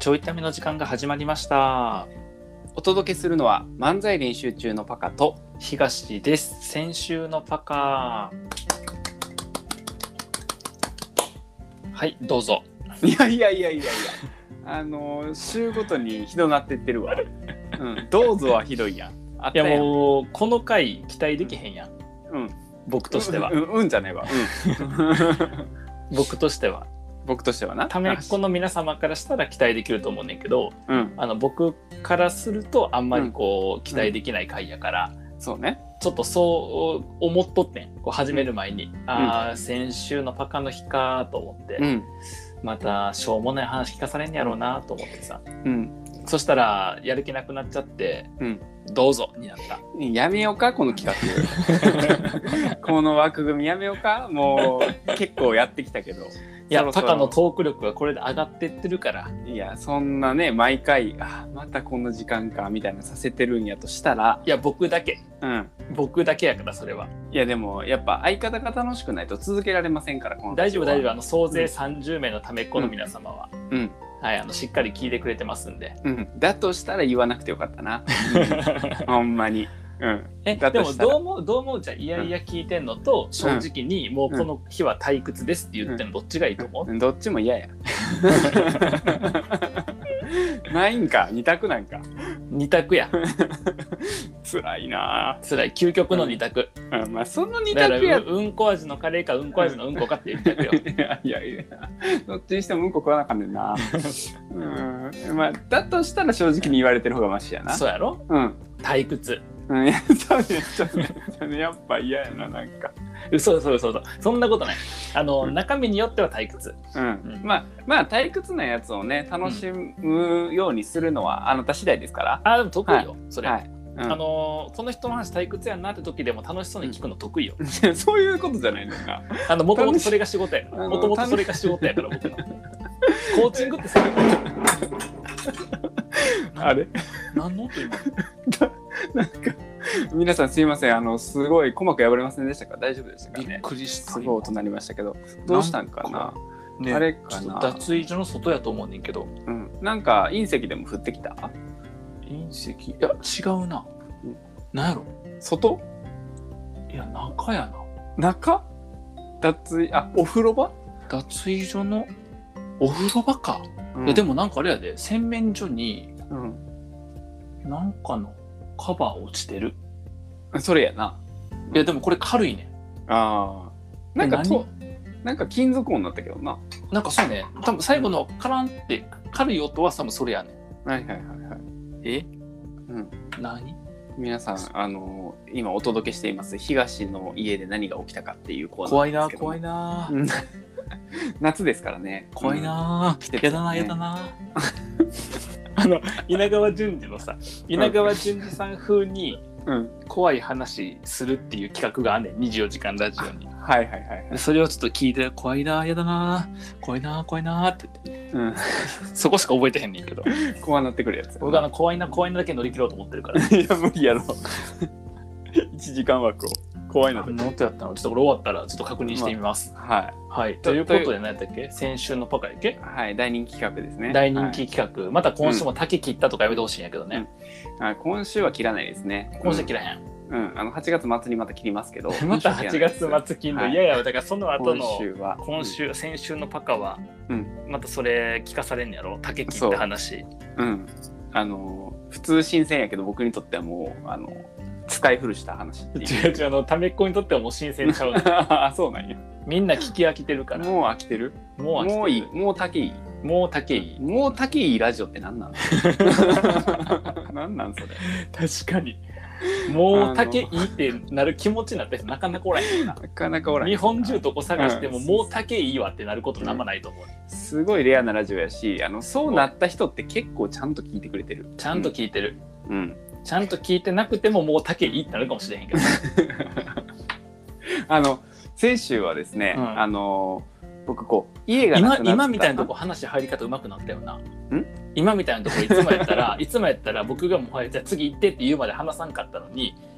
ちょいための時間が始まりました。 お届けするのは漫才練習中のパカと東です。先週のパカ。はい、どうぞ。 いや週ごとにひどなってってるわ、どうぞはひどいやん。あったやん。 いやもうこの回期待できへんやん、僕としては。 じゃないわ、 僕としてはな。 ためっ子の皆様からしたら期待できると思うねんけど、僕からするとあんまりこう期待できない回やから、 そうね。 ちょっとそう思っとってん、こう始める前に、先週のパカの日かと思って、またしょうもない話聞かされんやろうなと思ってさ、そしたらやる気なくなっちゃって、どうぞになった。 やめようかこの企画この枠組みやめようか。もう結構やってきたけど、 いやパカのトーク力がこれで上がってってるから。 いやそんなね、毎回またこの時間かみたいなさせてるんやとしたら、 いや僕だけやからそれは。 いやでもやっぱ相方が楽しくないと続けられませんから。この大丈夫、総勢30名のためっ子の皆様は、はい、しっかり聞いてくれてますんで、 だとしたら言わなくてよかったな、ほんまに。 でもどう思うじゃん。いやいや聞いてんのと、正直にもうこの日は退屈ですって言ってんの、どっちがいいと思う？ どっちも嫌やないんか、二択なんか。 二択や辛いな。 辛い、究極の二択。 まあその二択や。 うんこ味のカレーかうんこ味のうんこかっていう二択よ。 いやどっちにしてもうんこ食わなあかんねんな。まあだとしたら正直に言われてる方がマシやな。 そうやろ。退屈。 そうね、やっぱ嫌やな、なんか。 そうそんなことない。中身によっては退屈。 まあ退屈なやつをね楽しむようにするのはあなた次第ですから。 でも得意よ、それ。この人の話退屈やんなって時でも楽しそうに聞くの得意よ。 そういうことじゃないんだよな。 もともとそれが仕事やから。僕の。コーチングってそういうこと。 あれ？ 何のって今。 なんか皆さんすいません、すごい鼓膜破れませんでしたか？大丈夫でしたかね？ びっくりした。 すごい音鳴りましたけど、どうしたんかな？あれかな？ 脱衣所の外やと思うねんけど。 なんか隕石でも降ってきた？ 隕石？いや違うな。なんやろ？ 外？ いや中やな。中？お風呂場？ 脱衣所のお風呂場か。いやでもなんかあれやで、洗面所になんかのカバー落ちてる。 それやな。 いやでもこれ軽いね。 なんか金属音になったけどな。 なんかそうね。多分最後のカランって軽い音は多分それやね。何？ 皆さん今お届けしています東の家で何が起きたかっていうコーナーなんですけど。 怖いな。 夏ですからね。 怖いな。やだな。稲川淳二のさ、稲川淳二さん風に怖い話するっていう企画があんねん、24時間ラジオに。それをちょっと聞いて、怖いな、やだな、怖いなって言って、そこしか覚えてへんねんけど。 怖なってくるやつ。 僕怖いなだけ乗り切ろうと思ってるから。 いや無理やろ。1時間枠を。怖いな。 何の音やったの？ちょっとこれ終わったらちょっと確認してみます。はい。ということで何やったっけ？先週のパカやっけ？ はい、大人気企画ですね。 大人気企画。また今週も竹切ったとかやめてほしいんやけどね。 今週は切らないですね。 今週は切らへん。 8月末にまた切りますけど。 また8月末切るの。いやだからその後の先週のパカはまたそれ聞かされんやろ？竹切った話。 普通新鮮やけど僕にとってはもう使い古した話っていう。 違う、ためっ子にとってはもう新鮮ちゃうの。 そうなんや。 みんな聞き飽きてるから。 もう飽きてる？もういい。もう竹いいラジオって何なん？何なんそれ。 確かに。もう竹いいってなる気持ちになった人なかなかおらへんな。 なかなかおらへん。 日本中どこ探してももう竹いいわってなることあんまないと思う。 すごいレアなラジオやし、そうなった人って結構ちゃんと聞いてくれてる。 ちゃんと聞いてる。ちゃんと聞いてなくてももう竹いいってなるかもしれへんけど。 先週はですね、僕家がなくなった今みたいなとこ話入り方うまくなったよな。今みたいなとこいつもやったら僕がもうじゃあ次行ってって言うまで話さんかったのに、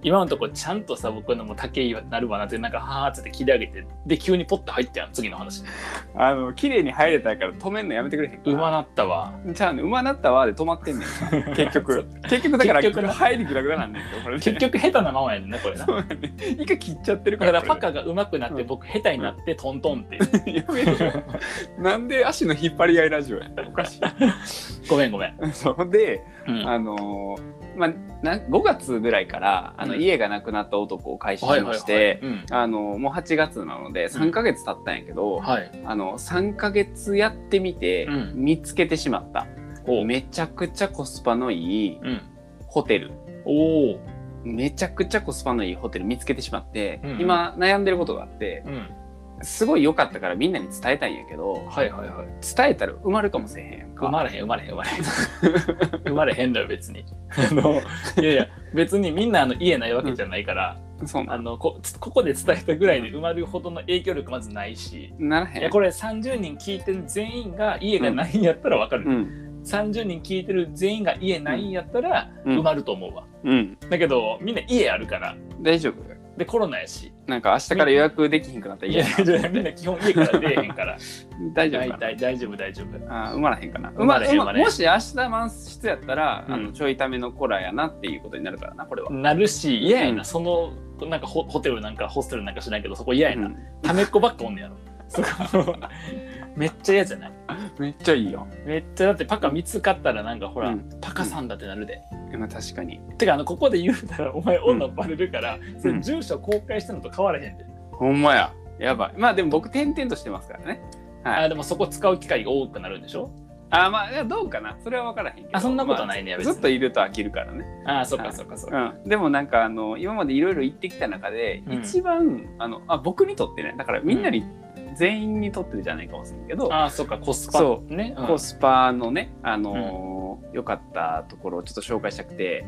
今のところちゃんとさ僕のも竹井はなるわなってなんかはーっつって切り上げてで急にポッと入ったやん次の話綺麗に入れたから止めんのやめてくれへんかうまなったわじゃあねうまなったわで止まってんねん結局だから入りグラグラなんねんけど結局下手なままやねんなこれなそうね一回切っちゃってるからだからパカがうまくなって僕下手になってトントンってやめろなんで足の引っ張り合いラジオやおかしいごめんそうで、5月ぐらいから家がなくなった男を開始しましてもう8月なので3ヶ月経ったんやけど、3ヶ月やってみて見つけてしまった、めちゃくちゃコスパのいいホテル、めちゃくちゃコスパのいいホテル見つけてしまって、今悩んでることがあって、すごい良かったからみんなに伝えたいんやけど、伝えたら埋まるかもしれへんやんか。 埋まれへん埋まれへんのよ別にいや別にみんな家ないわけじゃないから、ここで伝えたぐらいで埋まるほどの影響力まずないし、 ならへん。 いやこれ30人聞いてる全員が家がないんやったら分かる、30人聞いてる全員が家ないんやったら埋まると思うわ、だけどみんな家あるから大丈夫でコロナやしなんか明日から予約できひんくなったら嫌やみんな基本家から出えへんから大丈夫かな大丈夫埋まらへんかなもし明日満室やったら、ちょいための子らやなっていうことになるからなこれはなるし嫌やな、そのなんかホテルなんかホステルなんかしないけどそこ嫌やな、ためっ子ばっかおんねやろそこめっちゃ嫌じゃない？ めっちゃいいよ。 めっちゃだってパカ見つかったらなんかほら、パカさんだってなるで。 確かに。 てかここで言うたらお前女バレるから、それ住所公開したのと変わらへんで。 ほんまや。やばい。まあでも僕転々としてますからね。 でもそこ使う機会が多くなるんでしょ？ まあどうかな。それは分からへんけど。 そんなことないね。 ずっといると飽きるからね。 そっか。 でもなんか今までいろいろ言ってきた中で、一番僕にとってね、だからみんなに全員にとってじゃないかもしれんけど、 そっかコスパね、 コスパのね良かったところをちょっと紹介したくて、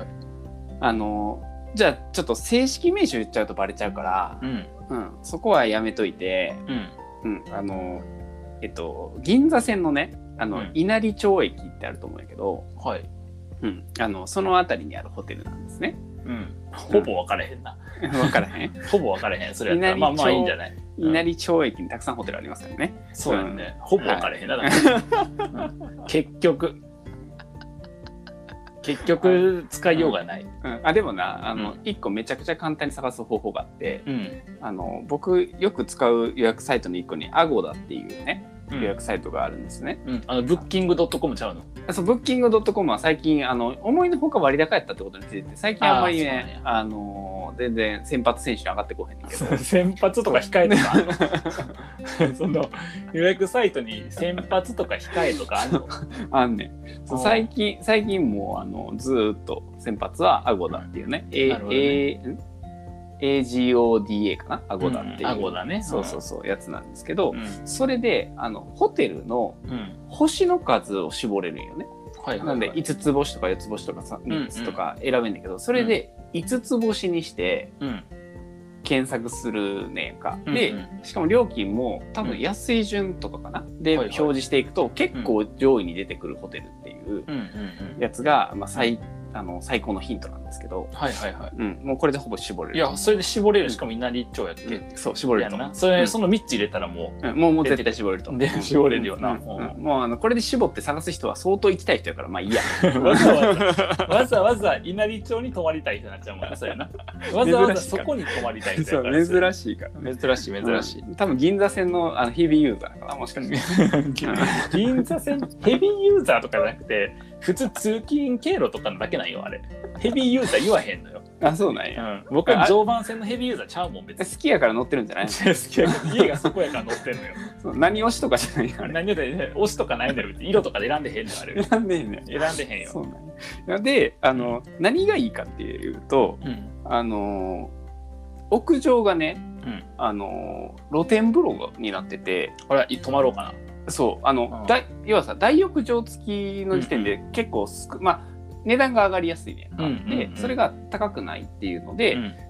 じゃあちょっと正式名称言っちゃうとバレちゃうから、そこはやめといて、銀座線のね稲荷町駅ってあると思うんやけど、その辺りにあるホテルなんですね。 ほぼ分からへんな。 分からへん？ ほぼ分からへん。それやったらまあいいんじゃない？ 稲荷町駅にたくさんホテルありますからね。 そうやね。ほぼ分からへんな。結局使いようがない。 でもな一個めちゃくちゃ簡単に探す方法があって、僕よく使う予約サイトの一個にアゴダっていうね予約サイトがあるんですね。 ブッキング.com ちゃうの？ そう、ブッキング.com は最近思いのほか割高やったってことについて最近あんまりね全然先発選手に上がってこへんねんけど先発とか控えとかあるのその予約サイトに先発とか控えとかあるの？ あんねん。最近もうずーっと先発はアゴダっていうね、AGODA かな、アゴダっていう、 アゴダね、 そうやつなんですけど、それでホテルの星の数を絞れるんよね。なんで5つ星とか4つ星とか3つとか選べるんだけど、それで5つ星にして検索するねんか。でしかも料金も多分安い順とかかなで表示していくと結構上位に出てくるホテルっていうやつが最高のヒントなんですけど、もうこれでほぼ絞れる。 いや、それで絞れる。しかも稲荷町やっけ？ そう、絞れると思う。 その3つ入れたらもう絶対絞れると思う。 絞れるよな。 もうこれで絞って探す人は相当行きたい人やからまあいいや。 わざわざ稲荷町に泊まりたい人になっちゃうもんね。そうやな。わざわざそこに泊まりたい人やから。 珍しいから。 珍しい。 多分銀座線のヘビーユーザーかな、もしかして。 銀座線ヘビーユーザーとかじゃなくて普通通勤経路とかのだけなんよあれ。ヘビーユーザー言わへんのよ。 そうなんや。 僕は常磐線のヘビーユーザーちゃうもん別に。 好きやから乗ってるんじゃない？ 好きやから家がそこやから乗ってんのよ。 何推しとかじゃないあれ。 何で推しとかないんだよ。色とかで選んでへんのあれ。 選んでへんね。 選んでへんよ。 そうなんや。で何がいいかっていうと、屋上がね露天風呂になってて、 これ泊まろうかな。 そう要はさ大浴場付きの時点で結構値段が上がりやすいね。でそれが高くないっていうので、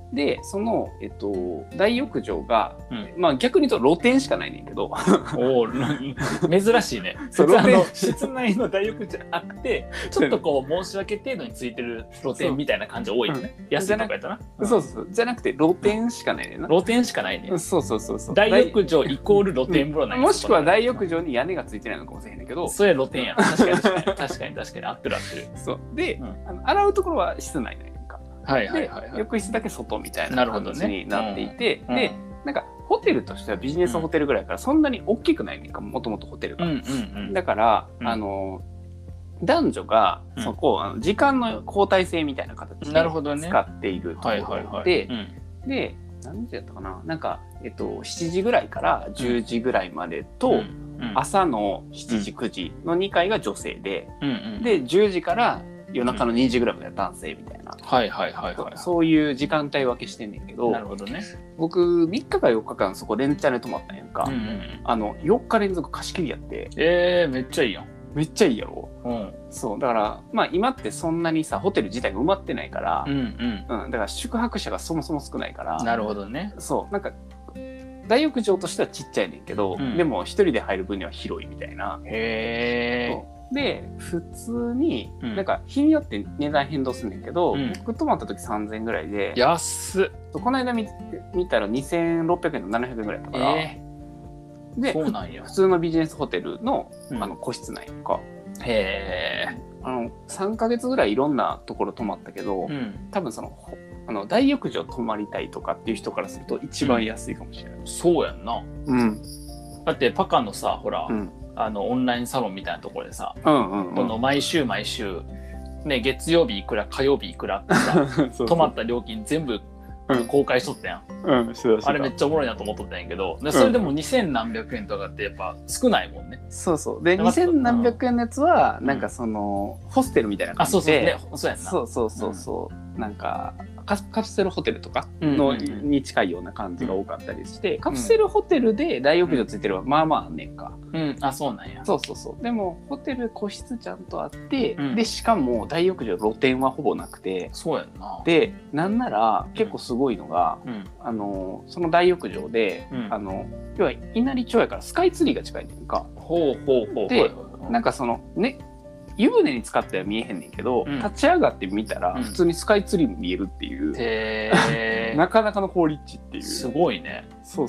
でその、大浴場が、まあ逆に言うと露天しかないねんけどお珍しいね。そう露天室内の大浴場あってちょっとこう申し訳程度についてる露天みたいな感じ多いよね。安いとこやったな。 そうそうじゃなくて露天しかないねんな。 露天しかないね。 そうそうそうそう。 大浴場イコール露天風呂なんもしくは大浴場に屋根がついてないのかもしれへんけど、 それ露天やな。確かに合ってる合ってる。 そうで、洗うところは室内なんやんか。 はいはいはい、 浴室だけ外みたいな感じになっていて、でなんかホテルとしてはビジネスホテルぐらいからそんなに大きくないねんか、もともとホテルが。だから、男女がそこを時間の交代制みたいな形で使っているところで、で何時やったかな、なんか、7時ぐらいから10時ぐらいまでと、朝の7時9時の2回が女性で、で10時から夜中の2時ぐらいまでは男性みたいな、そういう時間帯分けしてんねんけど、 なるほどね。 僕3日か4日間そこ連チャンで泊まったんやんか、4日連続貸し切りやって、 めっちゃいいやん。 めっちゃいいやろ。そうだからまあ今ってそんなにさホテル自体が埋まってないから、だから宿泊者がそもそも少ないから。 なるほどね。 そうなんか大浴場としてはちっちゃいねんけど、でも一人で入る分には広いみたいな。で普通になんか日によって値段変動すんねんけど、僕泊まった時3000円ぐらいで、 安っ。 この間見たら2600円と700円ぐらいだったから、でそうなんや。 普通のビジネスホテルの、個室内とか。3ヶ月ぐらいいろんなところ泊まったけど、多分その大浴場泊まりたいとかっていう人からすると一番安いかもしれない。 そうやんな。だってパカのさほら、オンラインサロンみたいなところでさ、この毎週ね、月曜日いくら火曜日いくらってさ泊まった料金全部公開しとったやん。あれめっちゃおもろいなと思っとったんやけど、それでも2000何百円とかってやっぱ少ないもんね。 そうそうで2000何百円のやつはなんかそのホステルみたいな感じで、そうなんかカプセルホテルとかのに近いような感じが多かったりして、カプセルホテルで大浴場ついてるはまあまああんねんか。 そうなんや。 そうでもホテル個室ちゃんとあって、でしかも大浴場露天はほぼなくて、 そうやんな。 でなんなら結構すごいのが、その大浴場で、要は稲荷町やからスカイツリーが近いねんか。でなんかそのね湯船に浸かっては見えへんねんけど、立ち上がってみたら普通にスカイツリーも見えるっていう、なかなかの好立地っていう。 すごいね。 そう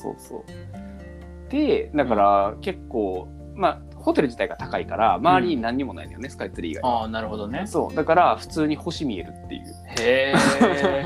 でだから結構まあホテル自体が高いから周りに何にもないのよね、スカイツリーが。 なるほどね。 そうだから普通に星見えるっていう。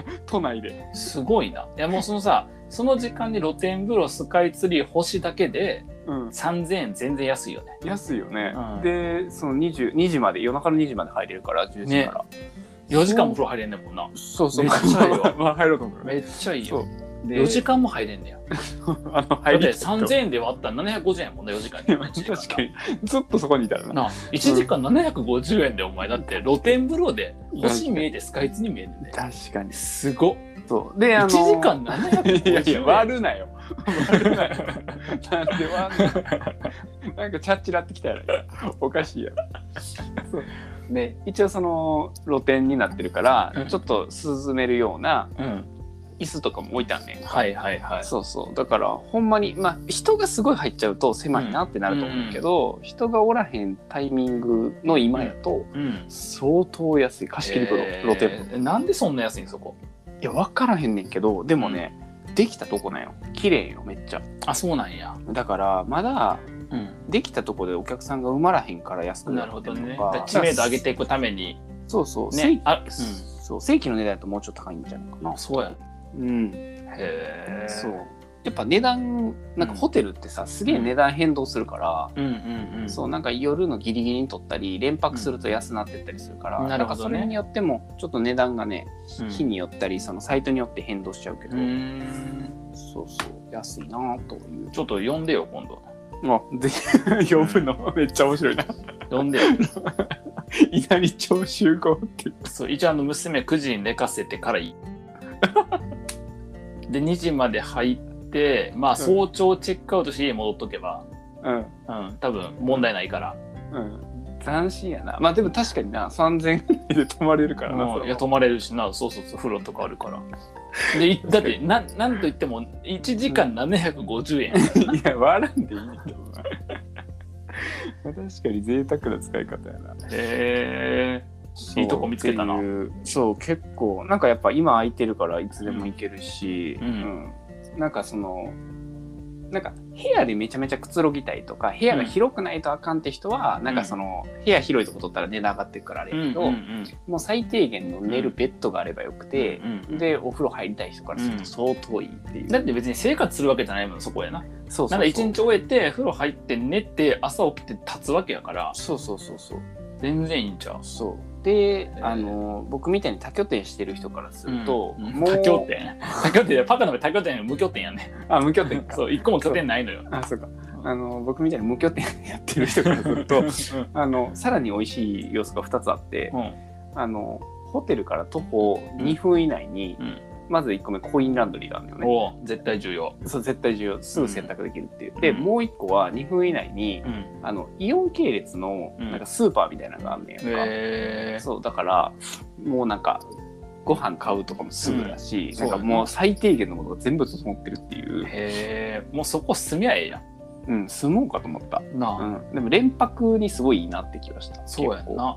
都内ですごいな。いやもうその時間に露天風呂スカイツリー星だけで3000円全然安いよね。 安いよね。でその2時まで夜中の2時まで入れるから10時から、 4時間も風呂入れんねんもんな。 そうめっちゃいいわ。 入ろうと思う。 めっちゃいいよ。4時間も入れんねや。だって3000円で割ったら750円やもんな4時間に。 確かにずっとそこにいたらな。 1時間750円でお前だって露天風呂で星見えてスカイツリー見えるね。 確かにすごっ。 そうで 1時間750円。 割るなよ。なんで割るの。なんかチャッチラってきたらおかしいや。で一応その露天になってるから、ちょっと涼めるような椅子とかも置いてあんねん。そうだからほんまにまあ人がすごい入っちゃうと狭いなってなると思うけど、人がおらへんタイミングの今やと相当安い貸し切り風呂、露天風呂。 なんでそんな安いんそこ。 いや分からへんねんけど、でもね、できたとこなんよ。綺麗よめっちゃ。 そうなんや。 だからまだできたとこでお客さんが埋まらへんから安くなってるのか。 知名度上げていくために。 そう正規の値段だともうちょっと高いんじゃないかな。 そうや。 そうやっぱ値段なんかホテルってさ、すげえ値段変動するから、そうなんか夜のギリギリに取ったり連泊すると安なってったりするから、なんかそれによってもちょっと値段がね、日によったりそのサイトによって変動しちゃうけど、そう安いなという。 ちょっと呼んでよ今度。 ぜひ呼ぶのめっちゃ面白いな。 呼んでよ。 稲荷町集合ってそう、一応娘9時に寝かせてからいい。で2時まで入ってまあ早朝チェックアウトして家戻っとけば多分問題ないから、 斬新やな。まあでも確かにな、3000円ぐらいで泊まれるからな。 いや泊まれるしな、そう風呂とかあるから。でだってなんといっても1時間750円。 いや笑んでいいけどな。確かに贅沢な使い方やな。 へえ。いいとこ見つけたな。 そう結構なんかやっぱ今空いてるからいつでも行けるし、なんかなんか部屋でめちゃめちゃくつろぎたいとか部屋が広くないとあかんって人は、なんか部屋広いとこ取ったら値段上がってるからあれやけど、もう最低限の寝るベッドがあればよくて、でお風呂入りたい人からすると相当いいっていう、 だって別に生活するわけじゃないもんそこやな。なんか一日終えて風呂入って寝て朝起きて立つわけやから、 そう全然いいんちゃう。 そうで、僕みたいに多拠点してる人からすると、 もう多拠点パカの多拠点無拠点やね。 あ、無拠点か。 そう一個も拠点ないのよ。 あ、そうか。僕みたいに無拠点やってる人からするとさらに美味しい要素が2つあって、ホテルから徒歩2分以内に、まず1個目コインランドリーがあるんだよね。 絶対重要。 そう絶対重要。すぐ洗濯できるっていう。でもう1個は2分以内に、イオン系列のなんかスーパーみたいなのがあんねんか。そうだからもうなんかご飯買うとかもすぐだし、なんかもう最低限のものが全部整ってるっていう。 へえ。もうそこ住みゃええやん。 住もうかと思ったな。でも連泊にすごいいいなって気がした。 そうやな。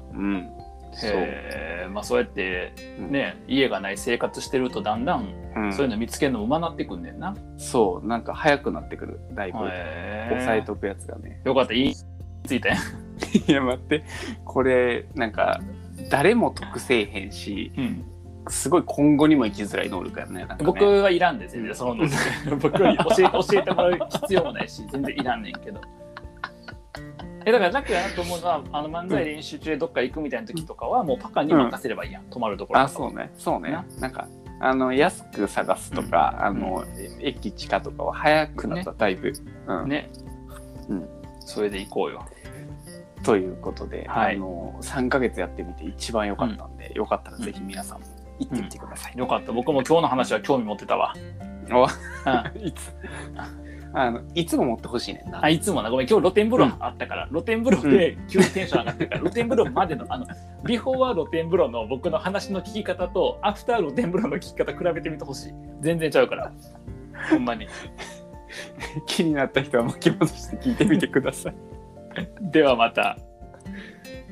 そうやってね、家がない生活してるとだんだんそういうの見つけるのもうまなってくんねんな。 そうなんか早くなってくる。だいぶ抑えとくやつがね。 よかった。いいついたやん。 いや待って、これなんか誰も得せえへんし、すごい今後にも生きづらい能力やね。 僕はいらんですよね、その能力。僕は教えてもらう必要もないし全然いらんねんけど。だからラッキーだなと思うのは漫才練習中でどっか行くみたいな時とかはもうパカに任せればいいやん、泊まるところとか。 そうねなんか安く探すとか、駅地下とかは早くなっただいぶそれで行こうよということで、3ヶ月やってみて一番良かったんで、よかったらぜひ皆さんも行ってみてください。 よかった。僕も今日の話は興味持ってたわ。 いつも持ってほしいねんな。 いつもな。ごめん、今日露天風呂あったから、露天風呂で急にテンション上がってるから、露天風呂までのビフォーは露天風呂の僕の話の聞き方とアフター露天風呂の聞き方比べてみてほしい。全然ちゃうからほんまに。 気になった人は巻き戻して聞いてみてください。 ではまた。